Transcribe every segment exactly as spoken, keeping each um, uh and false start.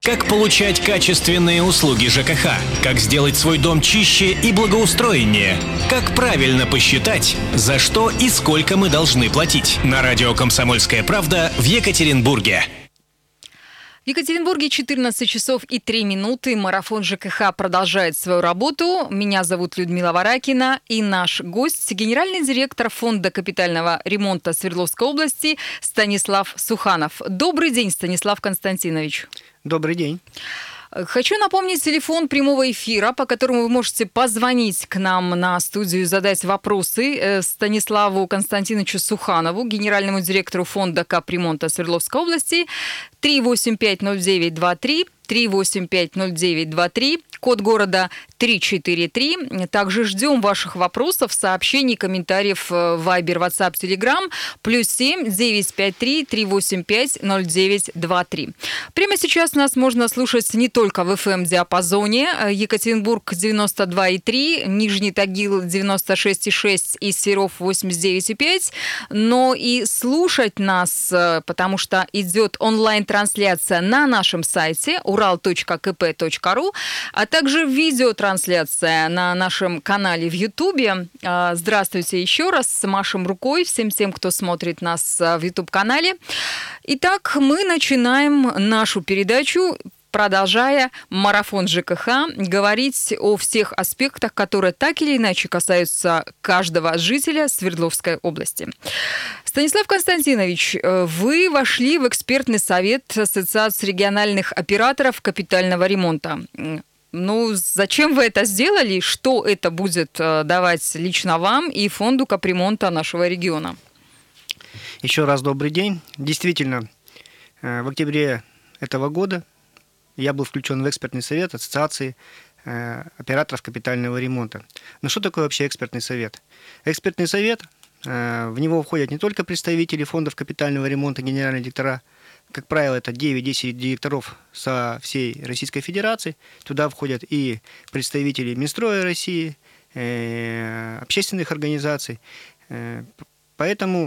Как получать качественные услуги ЖКХ? Как сделать свой дом чище и благоустроеннее? Как правильно посчитать, за что и сколько мы должны платить? На радио «Комсомольская правда» в Екатеринбурге. В Екатеринбурге четырнадцать часов и три минуты. Марафон ЖКХ продолжает свою работу. Меня зовут Людмила Варакина. И наш гость – генеральный директор Фонда капитального ремонта Свердловской области Станислав Суханов. Добрый день, Станислав Константинович. Добрый день. Хочу напомнить телефон прямого эфира, по которому вы можете позвонить к нам на студию и задать вопросы Станиславу Константиновичу Суханову, генеральному директору Фонда капремонта Свердловской области. три восемь пять ноль девять два три, три восемь пять ноль девять два три, код города три четыре три. Также ждем ваших вопросов, сообщений, комментариев в Viber, WhatsApp, Telegram, плюс семь девятьсот пятьдесят три триста восемьдесят пять ноль девять двадцать три. Прямо сейчас нас можно слушать не только в эф эм-диапазоне. Екатеринбург девяносто два и три, Нижний Тагил девяносто шесть и шесть и Серов восемьдесят девять и пять, но и слушать нас, потому что идет онлайн-трансляция на нашем сайте урал точка ка пэ точка ру, а также видеотрансляция на нашем канале в Ютубе. Здравствуйте еще раз, машем рукой всем тем, кто смотрит нас в Ютуб-канале. Итак, мы начинаем нашу передачу, продолжая марафон ЖКХ, говорить о всех аспектах, которые так или иначе касаются каждого жителя Свердловской области. Станислав Константинович, вы вошли в экспертный совет Ассоциации региональных операторов капитального ремонта. Ну, зачем вы это сделали? Что это будет давать лично вам и фонду капремонта нашего региона? Еще раз добрый день. Действительно, в октябре этого года я был включен в экспертный совет Ассоциации операторов капитального ремонта. Но что такое вообще экспертный совет? Экспертный совет, в него входят не только представители фондов капитального ремонта, генеральные директора. Как правило, это девять-десять директоров со всей Российской Федерации. Туда входят и представители Минстроя России, общественных организаций. Поэтому,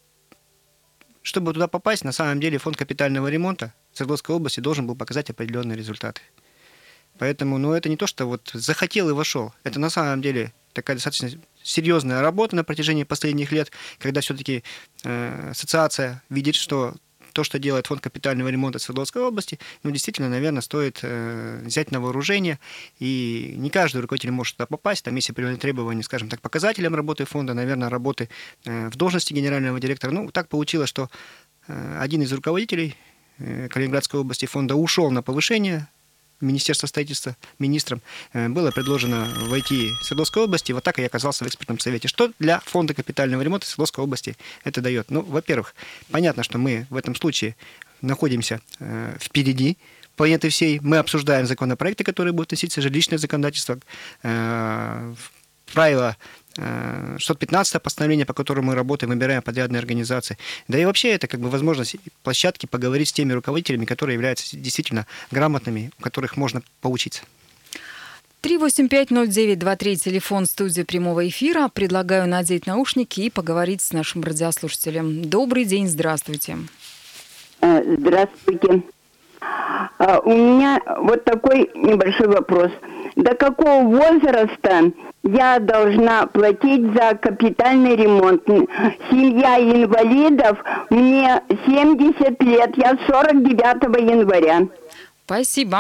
чтобы туда попасть, на самом деле фонд капитального ремонта Свердловской области должен был показать определенные результаты. Поэтому, ну, это не то, что вот захотел и вошел. Это на самом деле такая достаточно серьезная работа на протяжении последних лет, когда все-таки э, ассоциация видит, что то, что делает фонд капитального ремонта Свердловской области, ну, действительно, наверное, стоит э, взять на вооружение. И не каждый руководитель может туда попасть. Там есть определенные требования, скажем так, показателям работы фонда, наверное, работы э, в должности генерального директора. Ну, так получилось, что э, один из руководителей э, Калининградской области фонда ушел на повышение Министерства строительства министром, было предложено войти в Свердловской области, вот так я оказался в экспертном совете. Что для фонда капитального ремонта Свердловской области это дает? Ну, во-первых, понятно, что мы в этом случае находимся э, впереди планеты всей, мы обсуждаем законопроекты, которые будут относиться жилищное законодательство, э, правила шестьсот пятнадцатое постановление, по которому мы работаем, выбираем подрядные организации. Да и вообще это как бы возможность площадки поговорить с теми руководителями, которые являются действительно грамотными, у которых можно поучиться. три восемь пять ноль девять два три, телефон студии прямого эфира. Предлагаю надеть наушники и поговорить с нашим радиослушателем. Добрый день, здравствуйте. Здравствуйте. У меня вот такой небольшой вопрос. До какого возраста я должна платить за капитальный ремонт? Семья инвалидов, мне семьдесят лет, я сорок девятого января. Спасибо.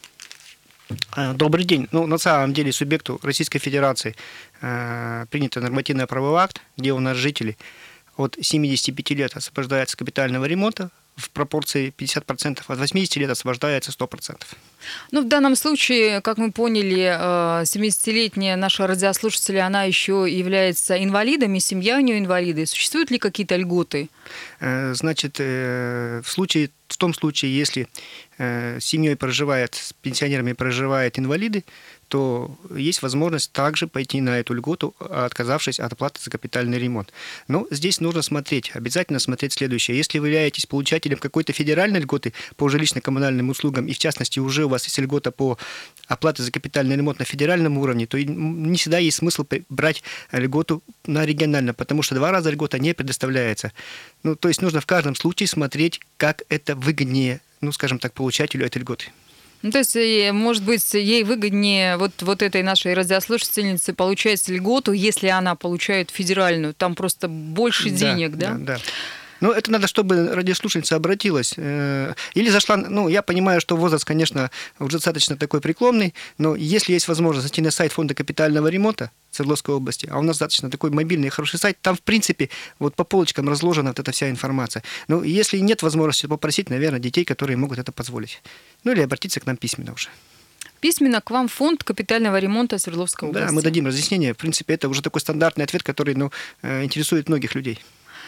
Добрый день. Ну, на самом деле, субъекту Российской Федерации э, принято нормативно-правовой акт, где у нас жители от семидесяти пяти лет освобождаются от капитального ремонта в пропорции пятьдесят процентов, от восьмидесяти лет освобождается сто процентов. Ну, в данном случае, как мы поняли, семидесятилетняя наша радиослушатель, она еще является инвалидом, и семья у нее инвалиды. Существуют ли какие-то льготы? Значит, в случае, в том случае, если с семьей проживает, с пенсионерами проживают инвалиды, то есть возможность также пойти на эту льготу, отказавшись от оплаты за капитальный ремонт. Но здесь нужно смотреть, обязательно смотреть следующее. Если вы являетесь получателем какой-то федеральной льготы по жилищно-коммунальным услугам, и в частности уже у вас есть льгота по оплате за капитальный ремонт на федеральном уровне, то не всегда есть смысл брать льготу на региональном, потому что два раза льгота не предоставляется. Ну, то есть нужно в каждом случае смотреть, как это выгоднее. ну, скажем так, получателю этой льготы. Ну, то есть, может быть, ей выгоднее вот, вот этой нашей радиослушательнице получать льготу, если она получает федеральную. Там просто больше да, денег, да? Да, да. Ну, это надо, чтобы радиослушательница обратилась. Или зашла... Ну, я понимаю, что возраст, конечно, уже достаточно такой преклонный, но если есть возможность зайти на сайт Фонда капитального ремонта Свердловской области, а у нас достаточно такой мобильный и хороший сайт, там, в принципе, вот по полочкам разложена вот эта вся информация. Ну, если нет возможности, попросить, наверное, детей, которые могут это позволить. Ну, или обратиться к нам письменно уже. Письменно к вам Фонд капитального ремонта Свердловской области. Да, мы дадим разъяснение. В принципе, это уже такой стандартный ответ, который, ну, интересует многих людей.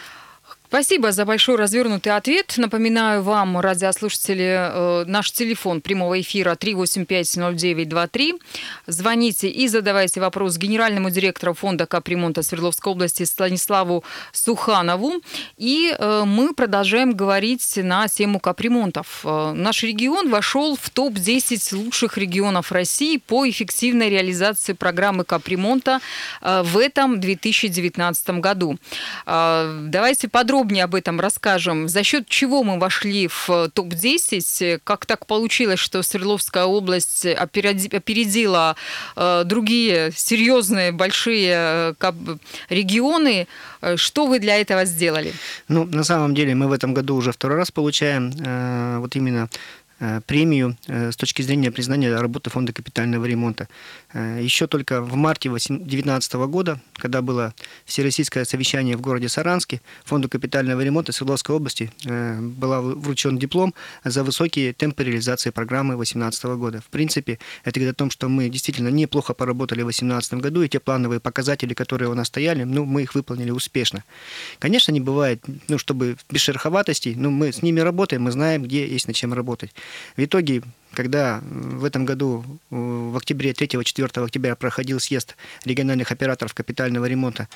Спасибо за большой развернутый ответ. Напоминаю вам, радиослушатели, наш телефон прямого эфира три восемь пять ноль девять два три. Звоните и задавайте вопрос генеральному директору фонда капремонта Свердловской области Станиславу Суханову. И мы продолжаем говорить на тему капремонтов. Наш регион вошел в топ десять лучших регионов России по эффективной реализации программы капремонта в этом две тысячи девятнадцатом году. Давайте подробнее Подробнее об этом расскажем. За счет чего мы вошли в топ десять? Как так получилось, что Свердловская область опередила другие серьезные, большие регионы? Что вы для этого сделали? Ну, на самом деле, мы в этом году уже второй раз получаем вот именно премию с точки зрения признания работы Фонда капитального ремонта. Еще только в марте две тысячи девятнадцатого года, когда было всероссийское совещание в городе Саранске, Фонду капитального ремонта Свердловской области был вручен диплом за высокие темпы реализации программы две тысячи восемнадцатого года. В принципе, это говорит о том, что мы действительно неплохо поработали в две тысячи восемнадцатом году, и те плановые показатели, которые у нас стояли, ну, мы их выполнили успешно. Конечно, не бывает, ну, чтобы без шероховатостей, ну, мы с ними работаем, мы знаем, где есть над чем работать. В итоге, когда в этом году в октябре, третьего-четвёртого октября проходил съезд региональных операторов капитального ремонта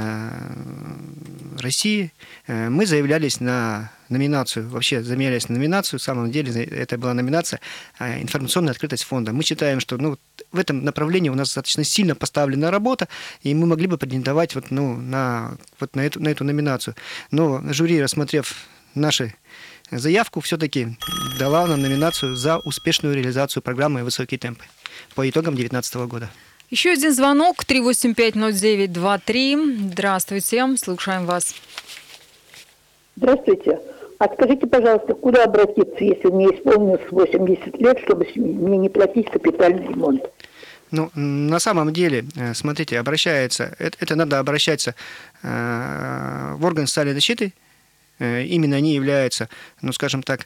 России, мы заявлялись на номинацию, вообще заявлялись на номинацию, в самом деле это была номинация «Информационная открытость фонда». Мы считаем, что ну, в этом направлении у нас достаточно сильно поставлена работа, и мы могли бы претендовать вот, ну, на, вот на, эту, на эту номинацию. Но жюри, рассмотрев наши заявку, все-таки дала нам номинацию за успешную реализацию программы «Высокие темпы» по итогам две тысячи девятнадцатого года. Еще один звонок, три восемь пять ноль девять два три. Здравствуйте, слушаем вас. Здравствуйте. А скажите, пожалуйста, куда обратиться, если мне исполнилось восемьдесят лет, чтобы мне не платить капитальный ремонт? Ну, на самом деле, смотрите, обращается, это, это надо обращаться э, в орган социальной защиты. Именно они являются, ну, скажем так,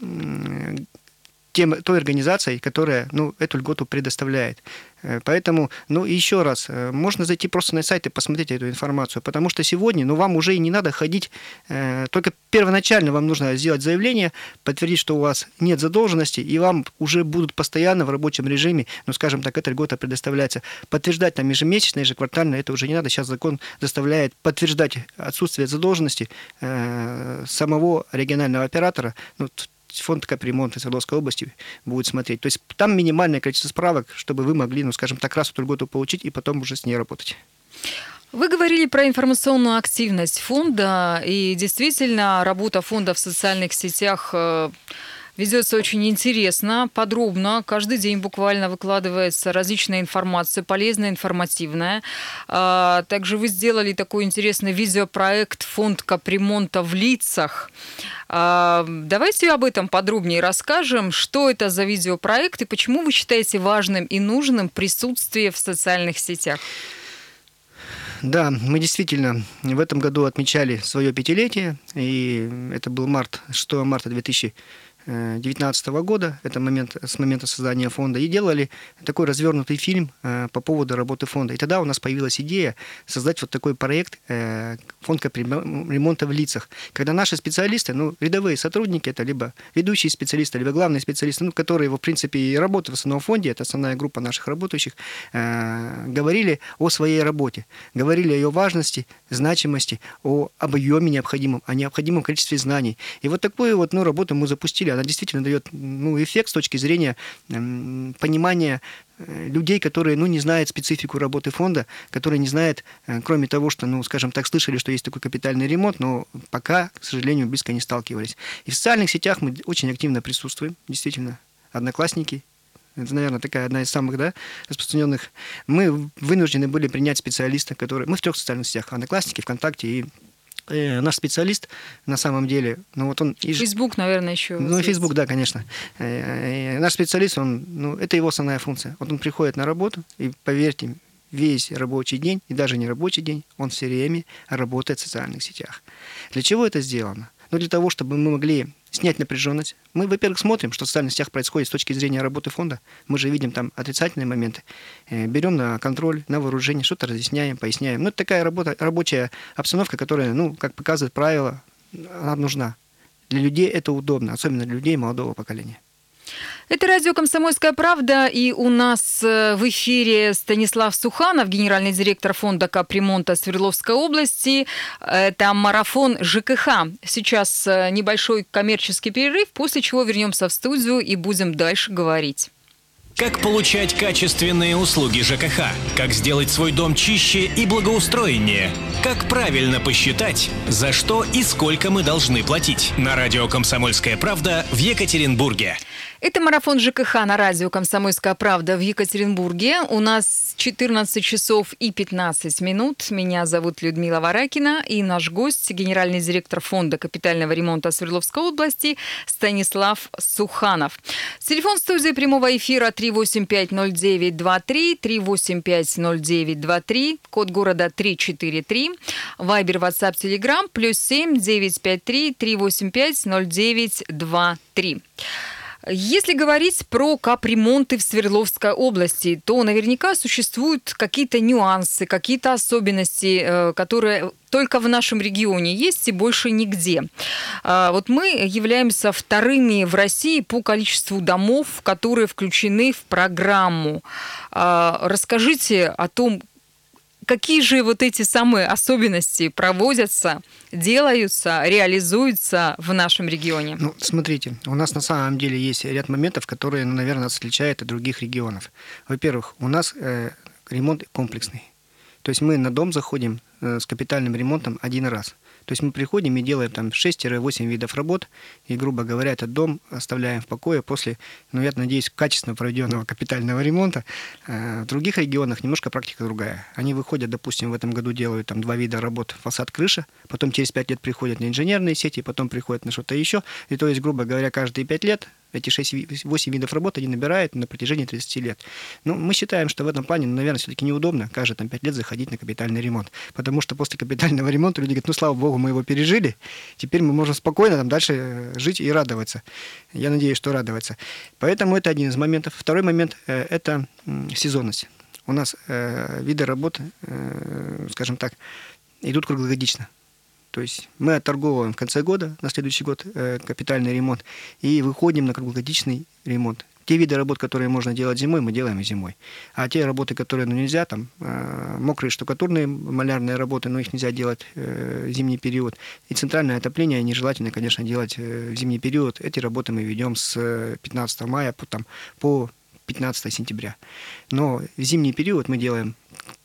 тем, той организацией, которая, ну, эту льготу предоставляет. Поэтому, ну, еще раз, можно зайти просто на сайт и посмотреть эту информацию, потому что сегодня, ну, вам уже и не надо ходить, только первоначально вам нужно сделать заявление, подтвердить, что у вас нет задолженности, и вам уже будут постоянно в рабочем режиме, ну, скажем так, эта льгота предоставляется. Подтверждать там ежемесячно, ежеквартально, это уже не надо, сейчас закон заставляет подтверждать отсутствие задолженности самого регионального оператора, ну, Фонд капремонта Свердловской области будет смотреть. То есть там минимальное количество справок, чтобы вы могли, ну, скажем так, раз эту льготу получить и потом уже с ней работать. Вы говорили про информационную активность фонда, и действительно работа фонда в социальных сетях ведется очень интересно, подробно. Каждый день буквально выкладывается различная информация, полезная, информативная. Также вы сделали такой интересный видеопроект «Фонд капремонта в лицах». Давайте об этом подробнее расскажем. Что это за видеопроект и почему вы считаете важным и нужным присутствие в социальных сетях? Да, мы действительно в этом году отмечали свое пятилетие, и это был март, шестого марта две тысячи девятнадцатого года, это момент, с момента создания фонда, и делали такой развернутый фильм по поводу работы фонда. И тогда у нас появилась идея создать вот такой проект «Фонд капремонта в лицах», когда наши специалисты, ну, рядовые сотрудники, это либо ведущие специалисты, либо главные специалисты, ну, которые, в принципе, и работают в основном фонде, это основная группа наших работающих, говорили о своей работе, говорили о ее важности, значимости, о объеме необходимом, о необходимом количестве знаний. И вот такую вот, ну, работу мы запустили. история, она действительно дает ну, эффект с точки зрения э, понимания людей, которые, ну, не знают специфику работы фонда, которые не знают, кроме того, что, ну, скажем так, слышали, что есть такой капитальный ремонт, но пока, к сожалению, близко не сталкивались. И в социальных сетях мы очень активно присутствуем, действительно, одноклассники. Это, наверное, такая одна из самых, да, распространенных. Мы вынуждены были принять специалиста, который... Мы в трех социальных сетях: Одноклассники, ВКонтакте и э, наш специалист, на самом деле, ну вот он... Фейсбук, наверное, еще. Ну, и Фейсбук, да, конечно. Э, наш специалист, он, ну, это его основная функция. Вот он приходит на работу, и, поверьте, весь рабочий день, и даже не рабочий день, он все время работает в социальных сетях. Для чего это сделано? Ну, для того, чтобы мы могли снять напряженность. Мы, во-первых, смотрим, что в социальных сетях происходит с точки зрения работы фонда. Мы же видим там отрицательные моменты. Берем на контроль, на вооружение, что-то разъясняем, поясняем. Ну, это такая работа, рабочая обстановка, которая, ну, как показывает правило, она нужна. Для людей это удобно, особенно для людей молодого поколения. Это радио «Комсомольская правда», и у нас в эфире Станислав Суханов, генеральный директор фонда капремонта Свердловской области. Это марафон ЖКХ. Сейчас небольшой коммерческий перерыв, после чего вернемся в студию и будем дальше говорить. Как получать качественные услуги ЖКХ? Как сделать свой дом чище и благоустроеннее? Как правильно посчитать, за что и сколько мы должны платить? На радио «Комсомольская правда» в Екатеринбурге. Это марафон ЖКХ на радио «Комсомольская правда» в Екатеринбурге. У нас четырнадцать часов и пятнадцать минут. Меня зовут Людмила Варакина, и наш гость, генеральный директор фонда капитального ремонта Свердловской области Станислав Суханов. Телефон студии прямого эфира три восемь пять ноль девять два три, три восемь пять ноль девять два три, код города три четыре три, Вайбер, Ватсап, Телеграм, плюс семь девять пять три, три восемь пять ноль девять два три. Если говорить про капремонты в Свердловской области, то наверняка существуют какие-то нюансы, какие-то особенности, которые только в нашем регионе есть и больше нигде. Вот мы являемся вторыми в России по количеству домов, которые включены в программу. Расскажите о том, какие же вот эти самые особенности проводятся, делаются, реализуются в нашем регионе? Ну, смотрите, у нас на самом деле есть ряд моментов, которые, ну, наверное, нас отличают от других регионов. Во-первых, у нас э, ремонт комплексный. То есть мы на дом заходим э, с капитальным ремонтом один раз. То есть мы приходим и делаем там шесть-восемь видов работ, и, грубо говоря, этот дом оставляем в покое после, ну, я надеюсь, качественно проведенного капитального ремонта. В других регионах немножко практика другая. Они выходят, допустим, в этом году делают там два вида работ: фасад-крыша, потом через пять лет приходят на инженерные сети, потом приходят на что-то еще. И то есть, грубо говоря, каждые пять лет эти шесть-восемь видов работ они набирают на протяжении тридцати лет. Ну, мы считаем, что в этом плане, ну, наверное, все-таки неудобно каждые там пять лет заходить на капитальный ремонт. Потому что после капитального ремонта люди говорят: ну, слава богу, мы его пережили, теперь мы можем спокойно там дальше жить и радоваться. Я надеюсь, что радоваться. Поэтому это один из моментов. Второй момент – это сезонность. У нас э, виды работ, э, скажем так, идут круглогодично. То есть мы отторговываем в конце года, на следующий год э, капитальный ремонт, и выходим на круглогодичный ремонт. Те виды работ, которые можно делать зимой, мы делаем и зимой. А те работы, которые, ну, нельзя, там, э, мокрые штукатурные малярные работы, но их нельзя делать э, в зимний период. И центральное отопление нежелательно, конечно, делать э, в зимний период. Эти работы мы ведем с пятнадцатого мая по, там, по пятнадцатое сентября. Но в зимний период мы делаем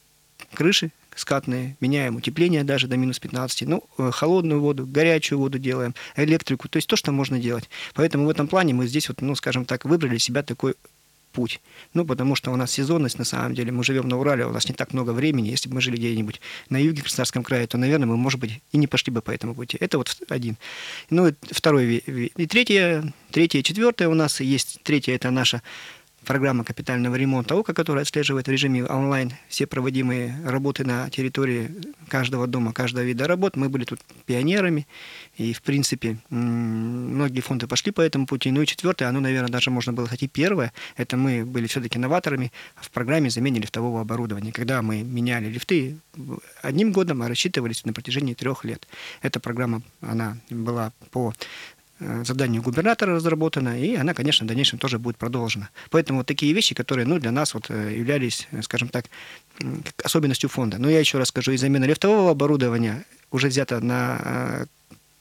крыши скатные, меняем утепление даже до минус пятнадцати, ну, холодную воду, горячую воду делаем, электрику, то есть то, что можно делать. Поэтому в этом плане мы здесь, вот, ну, скажем так, выбрали себя такой путь. Ну, потому что у нас сезонность, на самом деле, мы живем на Урале, у нас не так много времени. Если бы мы жили где-нибудь на юге, в Краснодарском крае, то, наверное, мы, может быть, и не пошли бы по этому пути. Это вот один. Ну, второй. И третье, третье и четвертое у нас есть. Третье – это наша программа капитального ремонта ОКО, которая отслеживает в режиме онлайн все проводимые работы на территории каждого дома, каждого вида работ. Мы были тут пионерами, и, в принципе, многие фонды пошли по этому пути. Ну и четвертое, оно, наверное, даже можно было сказать и первое, это мы были все-таки новаторами в программе замены лифтового оборудования. Когда мы меняли лифты одним годом, а рассчитывались на протяжении трех лет. Эта программа, она была по заданию губернатора разработана, и она, конечно, в дальнейшем тоже будет продолжена. Поэтому вот такие вещи, которые, ну, для нас вот являлись, скажем так, особенностью фонда. Но я еще раз скажу, и замена лифтового оборудования уже взята на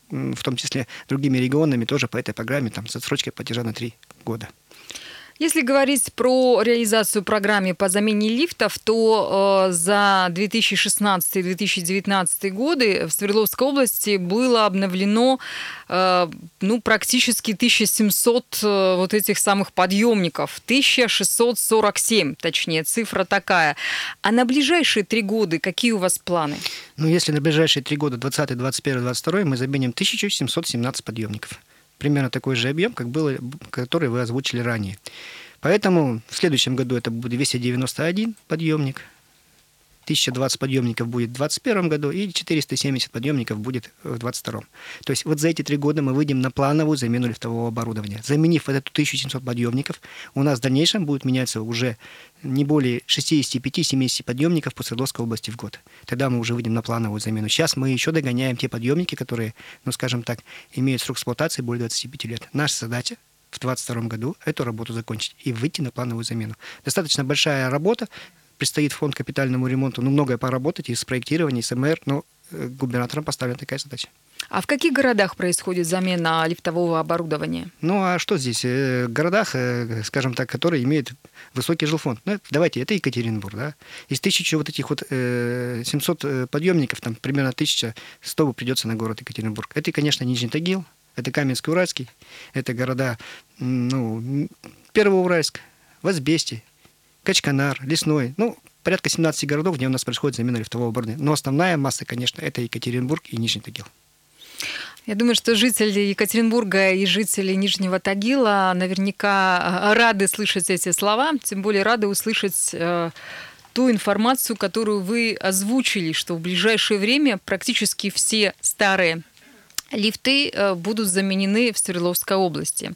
в том числе другими регионами, тоже по этой программе, там, с отсрочкой платежа на три года. Если говорить про реализацию программы по замене лифтов, то э, за две тысячи шестнадцатый - две тысячи девятнадцатый годы в Свердловской области было обновлено э, ну, практически тысяча семьсот э, вот этих самых подъемников. тысяча шестьсот сорок семь, точнее, цифра такая. А на ближайшие три года какие у вас планы? Ну, если на ближайшие три года, двадцатый, двадцать первый, двадцать второй, мы заменим тысяча семьсот семнадцать подъемников. Примерно такой же объем, как было, который вы озвучили ранее. Поэтому в следующем году это будет двести девяносто один подъемник, тысяча двадцать подъемников будет в двадцать первом году и четыреста семьдесят подъемников будет в двадцать втором. То есть вот за эти три года мы выйдем на плановую замену лифтового оборудования. Заменив вот эту тысячу семьсот подъемников, у нас в дальнейшем будет меняться уже не более шестьдесят пять - семьдесят подъемников по Свердловской области в год. Тогда мы уже выйдем на плановую замену. Сейчас мы еще догоняем те подъемники, которые, ну скажем так, имеют срок эксплуатации более двадцати пяти лет. Наша задача в двадцать втором году эту работу закончить и выйти на плановую замену. Достаточно большая работа, предстоит фонд капитальному ремонту, ну, многое поработать и с проектированием, и с МР, но губернатором поставлена такая задача. А в каких городах происходит замена лифтового оборудования? Ну, а что здесь? В городах, скажем так, которые имеют высокий жилфонд. Ну, давайте, это Екатеринбург, да. Из тысячи вот этих вот семьсот подъемников, там примерно тысяча сто придется на город Екатеринбург. Это, конечно, Нижний Тагил, это Каменск-Уральский, это города, ну, Первоуральск, Возбестье, Качканар, Лесной, ну, порядка семнадцати городов, где у нас происходит замена лифтового оборудования. Но основная масса, конечно, это Екатеринбург и Нижний Тагил. Я думаю, что жители Екатеринбурга и жители Нижнего Тагила наверняка рады слышать эти слова, тем более рады услышать э, ту информацию, которую вы озвучили, что в ближайшее время практически все старые лифты э, будут заменены в Свердловской области.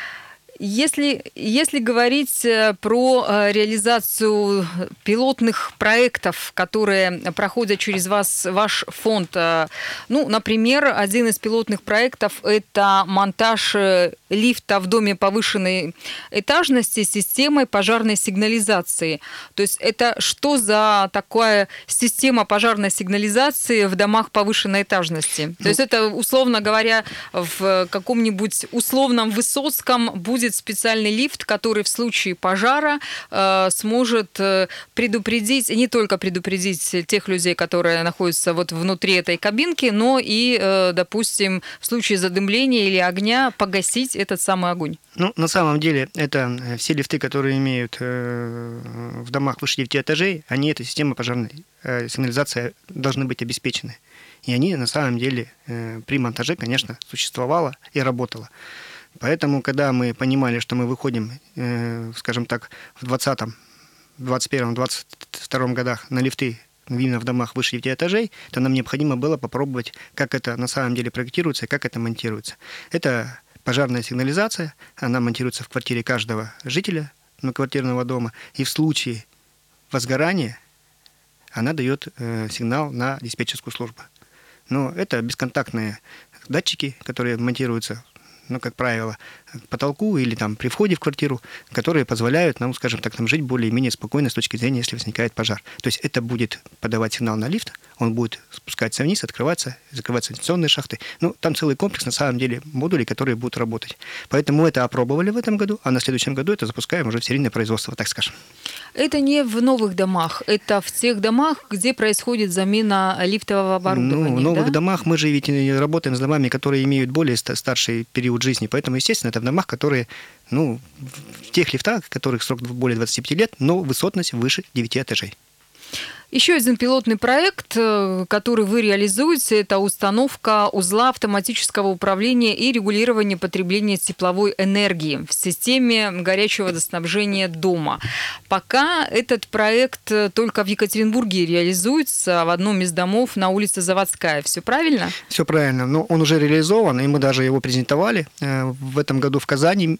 Если, если говорить про реализацию пилотных проектов, которые проходят через вас, ваш фонд, ну, например, один из пилотных проектов – это монтаж лифта в доме повышенной этажности с системой пожарной сигнализации. То есть это что за такая система пожарной сигнализации в домах повышенной этажности? То есть это, условно говоря, в каком-нибудь условном Высоцком будет специальный лифт, который в случае пожара э, сможет предупредить, не только предупредить тех людей, которые находятся вот внутри этой кабинки, но и, э, допустим, в случае задымления или огня погасить этот самый огонь. Ну, на самом деле, это все лифты, которые имеют э, в домах выше девяти этажей, они, эта система пожарной э, сигнализации должны быть обеспечены. И они, на самом деле, э, при монтаже, конечно, существовала и работала. Поэтому, когда мы понимали, что мы выходим, э, скажем так, в двадцатом, двадцать первом, двадцать втором годах на лифты именно в домах выше девяти этажей, то нам необходимо было попробовать, как это на самом деле проектируется и как это монтируется. Это пожарная сигнализация, она монтируется в квартире каждого жителя многоквартирного дома, и в случае возгорания она дает э, сигнал на диспетчерскую службу. Но это бесконтактные датчики, которые монтируются, ну, как правило, к потолку или там при входе в квартиру, которые позволяют нам, скажем так, нам жить более-менее спокойно с точки зрения, если возникает пожар. То есть это будет подавать сигнал на лифт, он будет спускаться вниз, открываться, закрываться вентиляционные шахты. Ну, там целый комплекс, на самом деле, модулей, которые будут работать. Поэтому это опробовали в этом году, а на следующем году это запускаем уже в серийное производство, так скажем. Это не в новых домах, это в тех домах, где происходит замена лифтового оборудования. Ну, в новых да? домах мы же ведь работаем с домами, которые имеют более старший период жизни, поэтому, естественно, это в домах, которые, ну, в тех лифтах, которых срок более двадцати пяти лет, но высотность выше девяти этажей. Еще один пилотный проект, который вы реализуете, это установка узла автоматического управления и регулирования потребления тепловой энергии в системе горячего водоснабжения дома. Пока этот проект только в Екатеринбурге реализуется в одном из домов на улице Заводская. Все правильно? Все правильно. Но он уже реализован, и мы даже его презентовали в этом году в Казани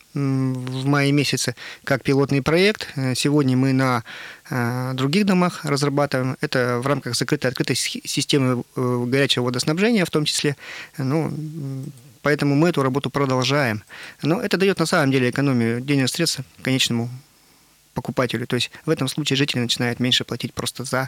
в мае месяце как пилотный проект. Сегодня мы на других домах разрабатываем. Это в рамках закрытой открытой системы горячего водоснабжения в том числе. Ну, поэтому мы эту работу продолжаем. Но это дает на самом деле экономию денежных средств конечному покупателю. То есть в этом случае жители начинают меньше платить просто за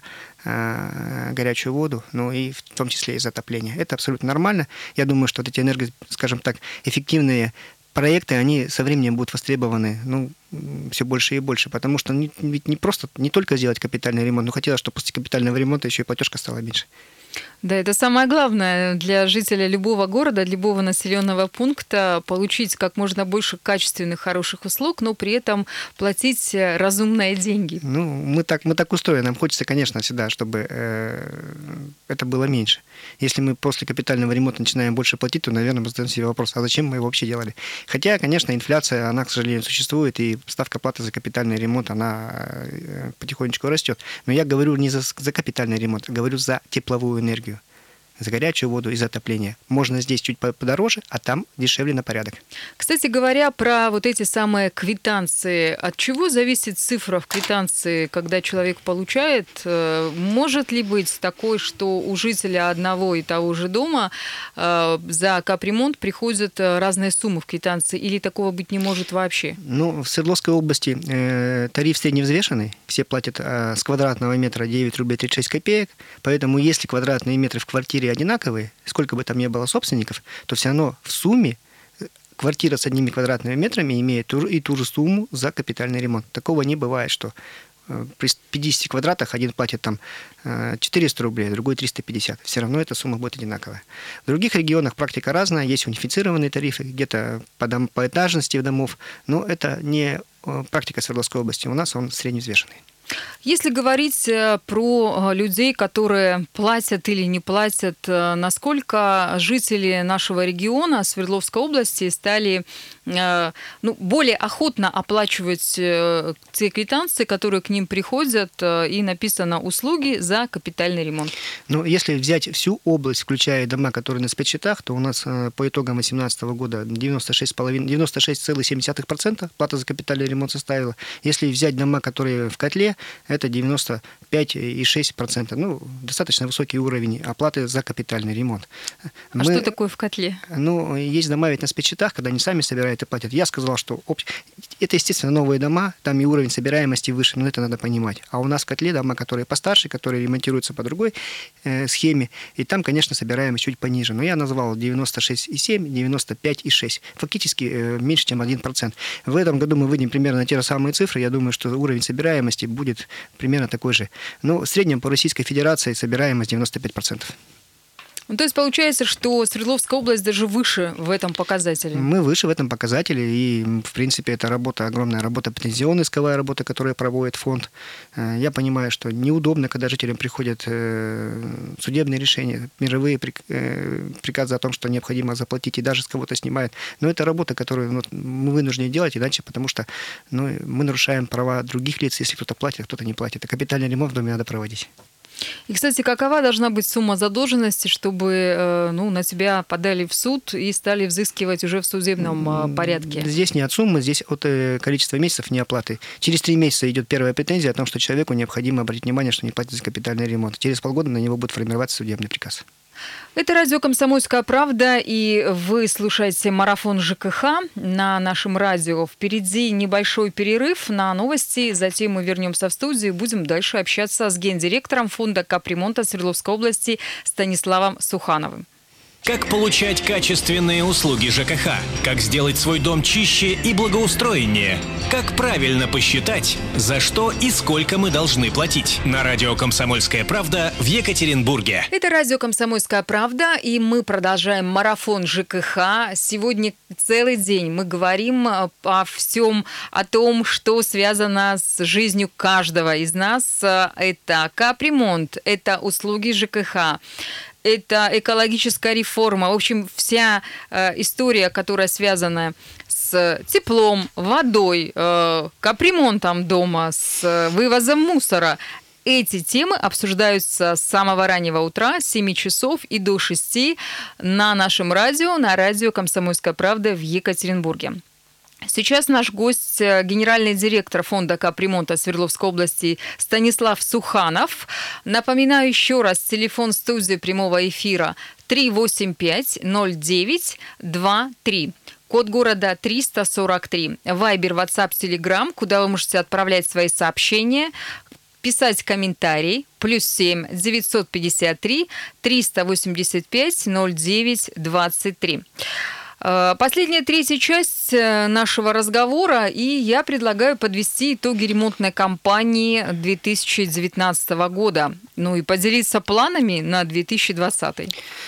э, горячую воду, ну и в том числе и за отопление. Это абсолютно нормально. Я думаю, что вот эти энерго, скажем так, эффективные проекты, они со временем будут востребованы, ну, все больше и больше, потому что не, ведь не просто, не только сделать капитальный ремонт, но хотелось, чтобы после капитального ремонта еще и платежка стала меньше. Да, это самое главное для жителя любого города, любого населенного пункта получить как можно больше качественных, хороших услуг, но при этом платить разумные деньги. Ну, мы так, мы так устроены. Нам хочется, конечно, всегда, чтобы э, это было меньше. Если мы после капитального ремонта начинаем больше платить, то, наверное, мы задаем себе вопрос, а зачем мы его вообще делали? Хотя, конечно, инфляция, она, к сожалению, существует, и ставка платы за капитальный ремонт, она э, потихонечку растет. Но я говорю не за, за капитальный ремонт, а говорю за тепловую энергию, за горячую воду и за отопление. Можно здесь чуть подороже, а там дешевле на порядок. Кстати говоря, про вот эти самые квитанции. От чего зависит цифра в квитанции, когда человек получает? Может ли быть такое, что у жителя одного и того же дома за капремонт приходят разные суммы в квитанции? Или такого быть не может вообще? Ну, в Свердловской области э, тариф средневзвешенный. Все платят э, с квадратного метра девять рублей тридцать шесть копеек. Поэтому если квадратные метры в квартире одинаковые, сколько бы там ни было собственников, то все равно в сумме квартира с одними квадратными метрами имеет ту, и ту же сумму за капитальный ремонт. Такого не бывает, что при пятидесяти квадратах один платит там четыреста рублей, другой триста пятьдесят. Все равно эта сумма будет одинаковая. В других регионах практика разная, есть унифицированные тарифы, где-то по, дом, по этажности домов, но это не практика Свердловской области, у нас он средневзвешенный. Если говорить про людей, которые платят или не платят, насколько жители нашего региона, Свердловской области, стали ну, более охотно оплачивать те квитанции, которые к ним приходят, и написано «услуги за капитальный ремонт»? Ну, если взять всю область, включая дома, которые на спецсчетах, то у нас по итогам две тысячи восемнадцатого года девяносто шесть целых семь десятых процента плата за капитальный ремонт составила. Если взять дома, которые в котле, это девяносто пять целых шесть десятых процента. Ну, достаточно высокий уровень оплаты за капитальный ремонт. А Мы, что такое в котле? Ну, есть дома ведь на спецсчетах, когда они сами собирают и платят. Я сказал, что об... это, естественно, новые дома, там и уровень собираемости выше, но это надо понимать. А у нас в котле дома, которые постарше, которые ремонтируются по другой э, схеме, и там, конечно, собираемость чуть пониже. Но я назвал девяносто шесть целых семь десятых, девяносто пять целых шесть десятых. Фактически э, меньше, чем один процент. В этом году мы выйдем примерно на те же самые цифры. Я думаю, что уровень собираемости будет примерно такой же. Но в среднем по Российской Федерации собираемость девяносто пять процентов. Ну, то есть получается, что Свердловская область даже выше в этом показателе? Мы выше в этом показателе, и, в принципе, это работа, огромная работа, претензионная исковая работа, которую проводит фонд. Я понимаю, что неудобно, когда жителям приходят судебные решения, мировые приказы о том, что необходимо заплатить, и даже с кого-то снимают. Но это работа, которую ну, мы вынуждены делать, иначе, потому что ну, мы нарушаем права других лиц, если кто-то платит, а кто-то не платит. А капитальный ремонт в доме надо проводить. И, кстати, какова должна быть сумма задолженности, чтобы ну, на тебя подали в суд и стали взыскивать уже в судебном порядке? Здесь не от суммы, здесь от количества месяцев неоплаты. Через три месяца идет первая претензия о том, что человеку необходимо обратить внимание, что не платит за капитальный ремонт. Через полгода на него будет формироваться судебный приказ. Это радио «Комсомольская правда», и вы слушаете марафон ЖКХ на нашем радио. Впереди небольшой перерыв на новости, затем мы вернемся в студию и будем дальше общаться с гендиректором фонда капремонта Свердловской области Станиславом Сухановым. Как получать качественные услуги ЖКХ? Как сделать свой дом чище и благоустроеннее? Как правильно посчитать, за что и сколько мы должны платить? На радио «Комсомольская правда» в Екатеринбурге. Это радио «Комсомольская правда», и мы продолжаем марафон ЖКХ. Сегодня целый день мы говорим о всем, о том, что связано с жизнью каждого из нас. Это капремонт, это услуги ЖКХ. Это экологическая реформа. В общем, вся э, история, которая связана с теплом, водой, э, капремонтом дома, с вывозом мусора. Эти темы обсуждаются с самого раннего утра, с семи часов и до шести на нашем радио, на радио «Комсомольская правда» в Екатеринбурге. Сейчас наш гость, генеральный директор фонда капремонта Свердловской области Станислав Суханов. Напоминаю еще раз, телефон студии прямого эфира три восемь пять ноль девять два три. код города триста сорок три. Вайбер, WhatsApp, Telegram, куда вы можете отправлять свои сообщения, писать комментарий. Плюс семь девятьсот пятьдесят три триста восемьдесят пять ноль девять двадцать три. Последняя, третья часть нашего разговора, и я предлагаю подвести итоги ремонтной кампании две тысячи девятнадцатого года, ну и поделиться планами на две тысячи двадцатый.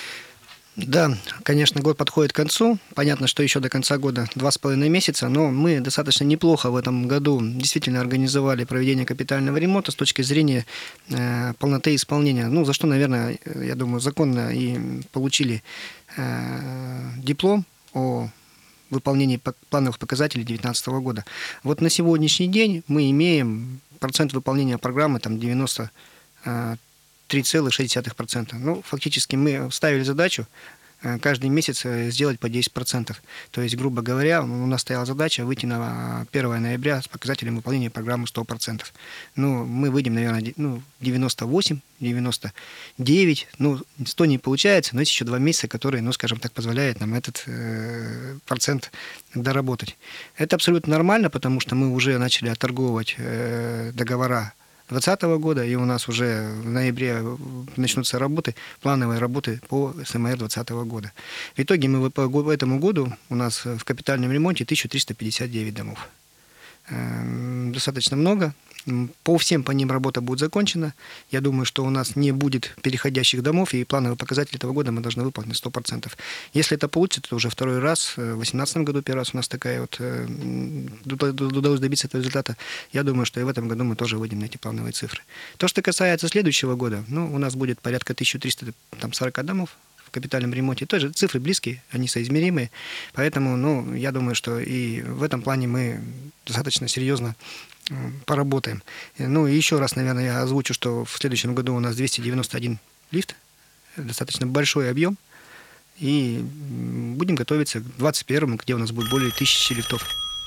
Да, конечно, год подходит к концу. Понятно, что еще до конца года два с половиной месяца, но мы достаточно неплохо в этом году действительно организовали проведение капитального ремонта с точки зрения э, полноты исполнения. Ну, за что, наверное, я думаю, законно и получили э, диплом о выполнении плановых показателей две тысячи девятнадцатого года. Вот на сегодняшний день мы имеем процент выполнения программы там девяносто три целых шесть десятых процента. Ну, фактически мы ставили задачу каждый месяц сделать по десять процентов. То есть, грубо говоря, у нас стояла задача выйти на первое ноября с показателем выполнения программы сто процентов. Ну, мы выйдем, наверное, ну, девяносто восемь, девяносто девять, ну, сто не получается, но есть еще два месяца, которые, ну, скажем так, позволяют нам этот э, процент доработать. Это абсолютно нормально, потому что мы уже начали отторговывать э, договора двадцатого года, и у нас уже в ноябре начнутся работы, плановые работы по СМР двадцатого года. В итоге мы по этому году у нас в капитальном ремонте тысяча триста пятьдесят девять домов. Достаточно много. По всем по ним работа будет закончена. Я думаю, что у нас не будет переходящих домов, и плановые показатели этого года мы должны выполнить на сто процентов. Если это получится, то уже второй раз, в две тысячи восемнадцатом году первый раз у нас такая вот удалось добиться этого результата. Я думаю, что и в этом году мы тоже выйдем на эти плановые цифры. То, что касается следующего года, ну, у нас будет порядка тысяча триста сорок домов в капитальном ремонте. Тоже цифры близкие, они соизмеримые. Поэтому, ну, я думаю, что и в этом плане мы достаточно серьезно поработаем. Ну, и еще раз, наверное, я озвучу, что в следующем году у нас двести девяносто один лифт, достаточно большой объем, и будем готовиться к двадцать первому, где у нас будет более тысячи лифтов.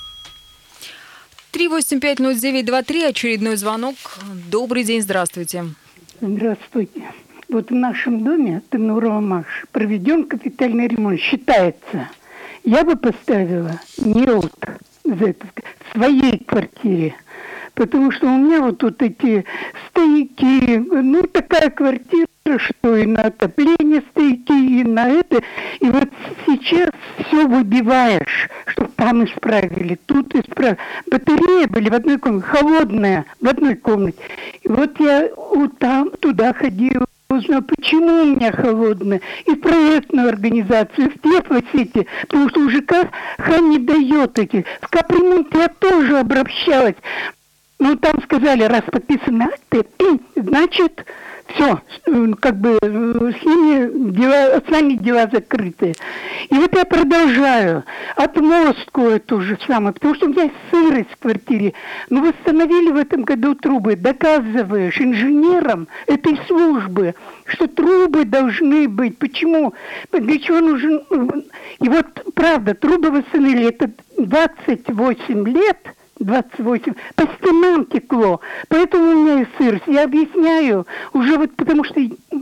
три восемь пять ноль девять два три, очередной звонок. Добрый день, здравствуйте. Здравствуйте. Вот в нашем доме, Тенур-Алмаш, проведен капитальный ремонт, считается. Я бы поставила НИОТ за это в своей квартире. Потому что у меня вот тут эти стояки, ну, такая квартира, что и на отопление стояки, и на это. И вот сейчас все выбиваешь, чтобы там исправили, тут исправили. Батареи были в одной комнате, холодная в одной комнате. И вот я вот там, туда ходила, узнала, почему у меня холодная. И в проектную организацию, и в теплосети, потому что у ЖКХ не дает эти. В капремонт я тоже обращалась. Ну, там сказали, раз подписаны акты, значит, все, как бы с ними дела, с нами дела закрыты. И вот я продолжаю отмостку эту же самую, потому что у меня есть сырость в квартире. Ну, восстановили в этом году трубы, доказываешь инженерам этой службы, что трубы должны быть. Почему? Для чего нужен... И вот, правда, трубы восстановили, это двадцать восемь лет... двадцать восемь, по стенам текло. Поэтому у меня и сырость. Я объясняю уже вот потому что...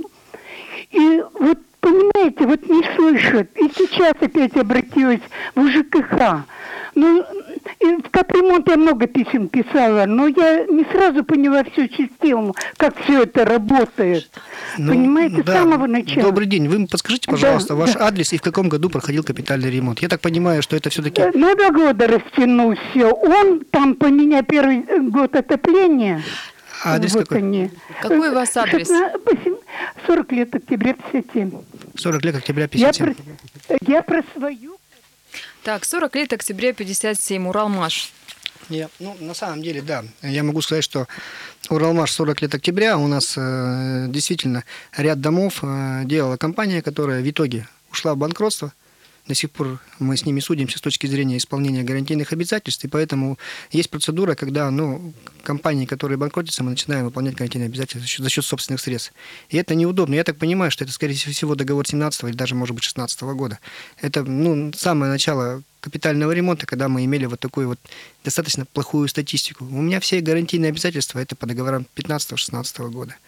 И вот, понимаете, вот не слышат. И сейчас опять обратилась в ЖКХ. Ну, и в капремонт я много писем писала, но я не сразу поняла всю систему, как все это работает. Ну, понимаете, да. С самого начала. Добрый день. Вы подскажите, пожалуйста, да, ваш да. адрес и в каком году проходил капитальный ремонт? Я так понимаю, что это все-таки... На два года растянулся. Он там по меня первый год отопления. А адрес вот какой? Они. Какой у вас адрес? сорок лет октября пятьдесят семь. сорок лет октября пятьдесят семь. Я про, я про свою... Так, сорок лет октября пятьдесят семь, Уралмаш. Я, ну, на самом деле, да. Я могу сказать, что Уралмаш сорок лет октября у нас э, действительно ряд домов э, делала компания, которая в итоге ушла в банкротство. До сих пор мы с ними судимся с точки зрения исполнения гарантийных обязательств, и поэтому есть процедура, когда ну, компании, которые банкротятся, мы начинаем выполнять гарантийные обязательства за счет, за счет собственных средств. И это неудобно. Я так понимаю, что это, скорее всего, договор семнадцатого или даже, может быть, шестнадцатого года. Это ну, самое начало капитального ремонта, когда мы имели вот такую вот достаточно плохую статистику. У меня все гарантийные обязательства это по договорам пятнадцатого-шестнадцатого года.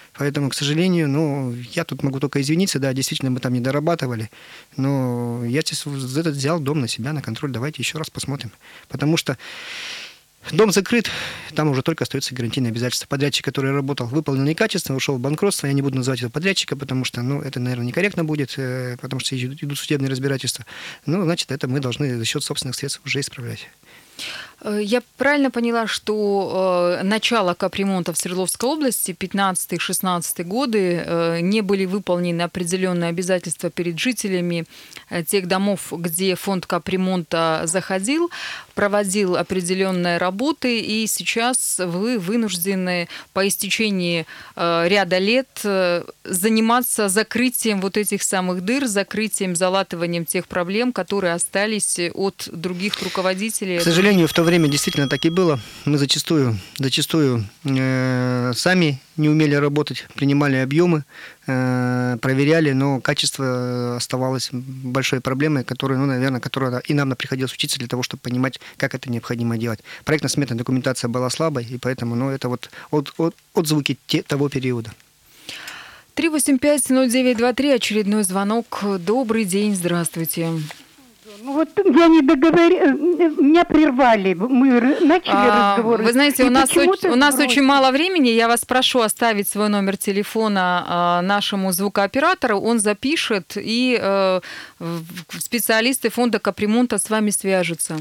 Поэтому, к сожалению, ну, я тут могу только извиниться, да, действительно, мы там не дорабатывали, но я сейчас этот взял дом на себя, на контроль, давайте еще раз посмотрим. Потому что дом закрыт, там уже только остается гарантийное обязательство. Подрядчик, который работал, выполнил некачественно, ушел в банкротство. Я не буду называть этого подрядчика, потому что, ну, это, наверное, некорректно будет, потому что идут судебные разбирательства. Ну, значит, это мы должны за счет собственных средств уже исправлять. Я правильно поняла, что э, начало капремонта в Свердловской области, пятнадцатый-шестнадцатый годы, э, не были выполнены определенные обязательства перед жителями э, тех домов, где фонд капремонта заходил, проводил определенные работы, и сейчас вы вынуждены по истечении э, ряда лет э, заниматься закрытием вот этих самых дыр, закрытием, залатыванием тех проблем, которые остались от других руководителей. К сожалению, в то время действительно так и было. Мы зачастую, зачастую э, сами не умели работать, принимали объемы, э, проверяли, но качество оставалось большой проблемой, которую, ну, наверное, которую и нам приходилось учиться для того, чтобы понимать, как это необходимо делать. Проектно-сметная документация была слабой, и поэтому, ну, это вот от, от, отзвуки те, того периода. три восемь пять ноль девять два три, очередной звонок. Добрый день, здравствуйте. Ну вот я не договорила, меня прервали, мы начали а, разговор. Вы знаете, у нас, очень, у нас очень мало времени, я вас прошу оставить свой номер телефона а, нашему звукооператору, он запишет, и а, специалисты фонда капремонта с вами свяжутся.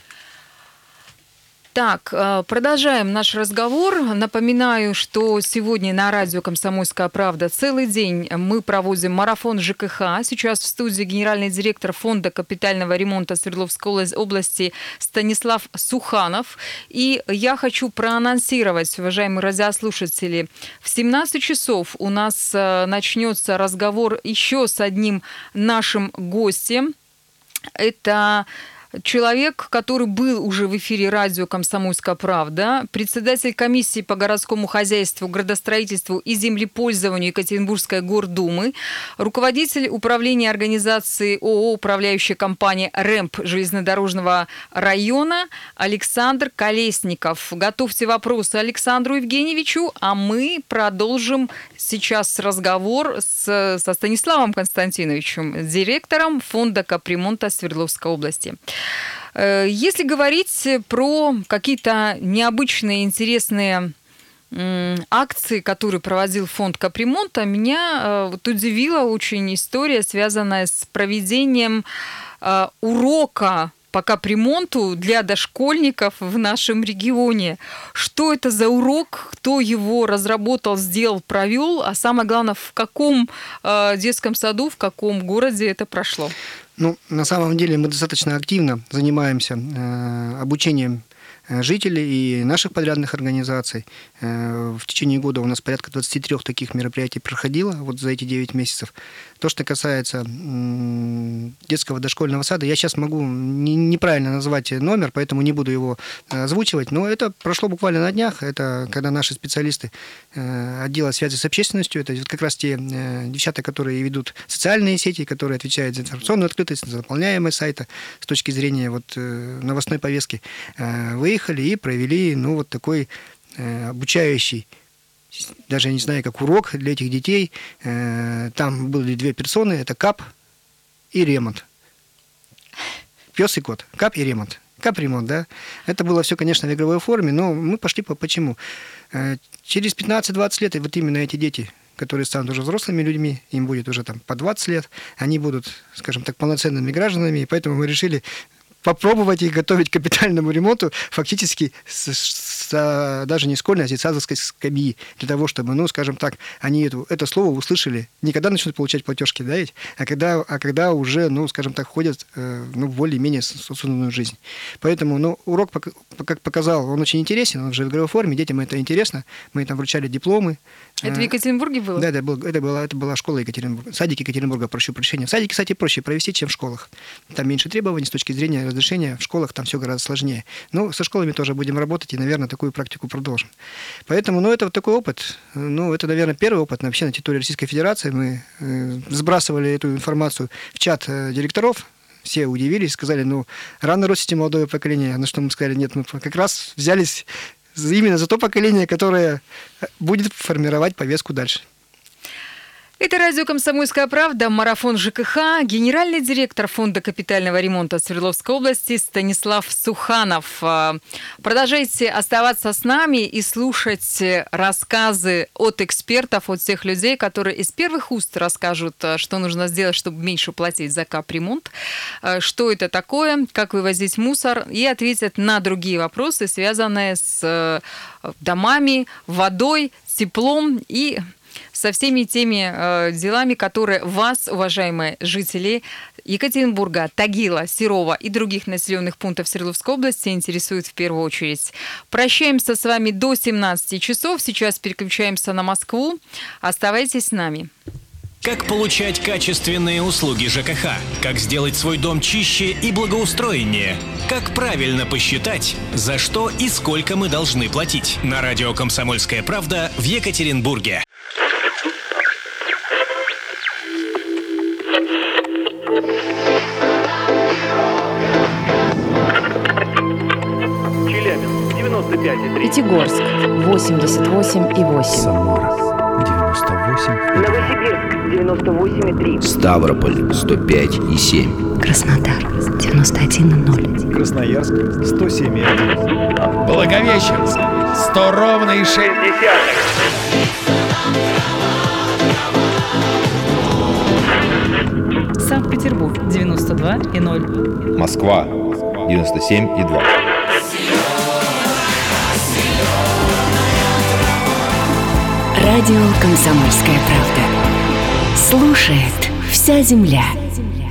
Так, продолжаем наш разговор. Напоминаю, что сегодня на радио «Комсомольская правда» целый день мы проводим марафон ЖКХ. Сейчас в студии генеральный директор фонда капитального ремонта Свердловской области Станислав Суханов. И я хочу проанонсировать, уважаемые радиослушатели, в семнадцать часов у нас начнется разговор еще с одним нашим гостем. Это человек, который был уже в эфире радио «Комсомольская правда», председатель комиссии по городскому хозяйству, градостроительству и землепользованию Екатеринбургской гордумы, руководитель управления организации ООО «Управляющая компания РЭМП» железнодорожного района Александр Колесников. Готовьте вопросы Александру Евгеньевичу, а мы продолжим сейчас разговор с, со Станиславом Константиновичем, директором фонда капремонта Свердловской области. Если говорить про какие-то необычные, интересные акции, которые проводил фонд капремонта, меня вот удивила очень история, связанная с проведением урока по капремонту для дошкольников в нашем регионе. Что это за урок, кто его разработал, сделал, провел, а самое главное, в каком детском саду, в каком городе это прошло? Ну, на самом деле мы достаточно активно занимаемся э, обучением жителей и наших подрядных организаций. В течение года у нас порядка двадцать три таких мероприятий проходило вот за эти девять месяцев. То, что касается детского дошкольного сада, я сейчас могу неправильно назвать номер, поэтому не буду его озвучивать, но это прошло буквально на днях. Это когда наши специалисты отдела связи с общественностью, это как раз те девчата, которые ведут социальные сети, которые отвечают за информационную открытость, за заполняемость сайта с точки зрения вот новостной повестки, выехали и провели, ну, вот такой э, обучающий, даже я не знаю, как урок для этих детей. Э, там были две персоны, это Кап и Ремонт. Пес и кот. Кап и Ремонт. Капремонт, да. Это было все, конечно, в игровой форме, но мы пошли по почему. Э, через пятнадцать-двадцать лет, и вот именно эти дети, которые станут уже взрослыми людьми, им будет уже там по двадцать лет, они будут, скажем так, полноценными гражданами, и поэтому мы решили попробовать их готовить к капитальному ремонту фактически с, с, даже не школьной, а с детсадовской скамьи, для того, чтобы, ну, скажем так, они это, это слово услышали не когда начнут получать платежки, да, ведь, а когда, а когда уже, ну, скажем так, входят э, ну, в более-менее собственную жизнь. Поэтому, ну, урок, как показал, он очень интересен, он уже в игровой форме, детям это интересно, мы там вручали дипломы. Это в Екатеринбурге было? Да, это, был, это, была, это была школа Екатеринбурга. Садик Екатеринбурга, прошу прощения. В садике, кстати, проще провести, чем в школах. Там меньше требований с точки зрения разрешения. В школах там все гораздо сложнее. Но со школами тоже будем работать и, наверное, такую практику продолжим. Поэтому, ну, это вот такой опыт. Ну, это, наверное, первый опыт вообще на территории Российской Федерации. Мы э, сбрасывали эту информацию в чат э, директоров. Все удивились, сказали, ну, рано ростите молодое поколение. На что мы сказали, нет, мы как раз взялись именно за то поколение, которое будет формировать повестку дальше. Это радио «Комсомольская правда», марафон ЖКХ. Генеральный директор Фонда капитального ремонта Свердловской области Станислав Суханов. Продолжайте оставаться с нами и слушать рассказы от экспертов, от тех людей, которые из первых уст расскажут, что нужно сделать, чтобы меньше платить за капремонт, что это такое, как вывозить мусор, и ответят на другие вопросы, связанные с домами, водой, теплом и со всеми теми э, делами, которые вас, уважаемые жители Екатеринбурга, Тагила, Серова и других населенных пунктов Свердловской области интересуют в первую очередь. Прощаемся с вами до семнадцати часов. Сейчас переключаемся на Москву. Оставайтесь с нами. Как получать качественные услуги ЖКХ? Как сделать свой дом чище и благоустроеннее? Как правильно посчитать, за что и сколько мы должны платить? На радио «Комсомольская правда» в Екатеринбурге. Челябинск, девяносто пять и три. Пятигорск, восемьдесят восемь и восемь. Самара, девяносто восемь. Новосибирск, девяносто восемь и три. Ставрополь, сто пять и семь. Краснодар, девяносто один и ноль. Красноярск, сто семь и один. Благовещенск, сто ровно и шесть десятых. Санкт-Петербург, девяносто два и ноль. Москва, девяносто семь и два. Радио «Комсомольская правда». Слушает вся земля.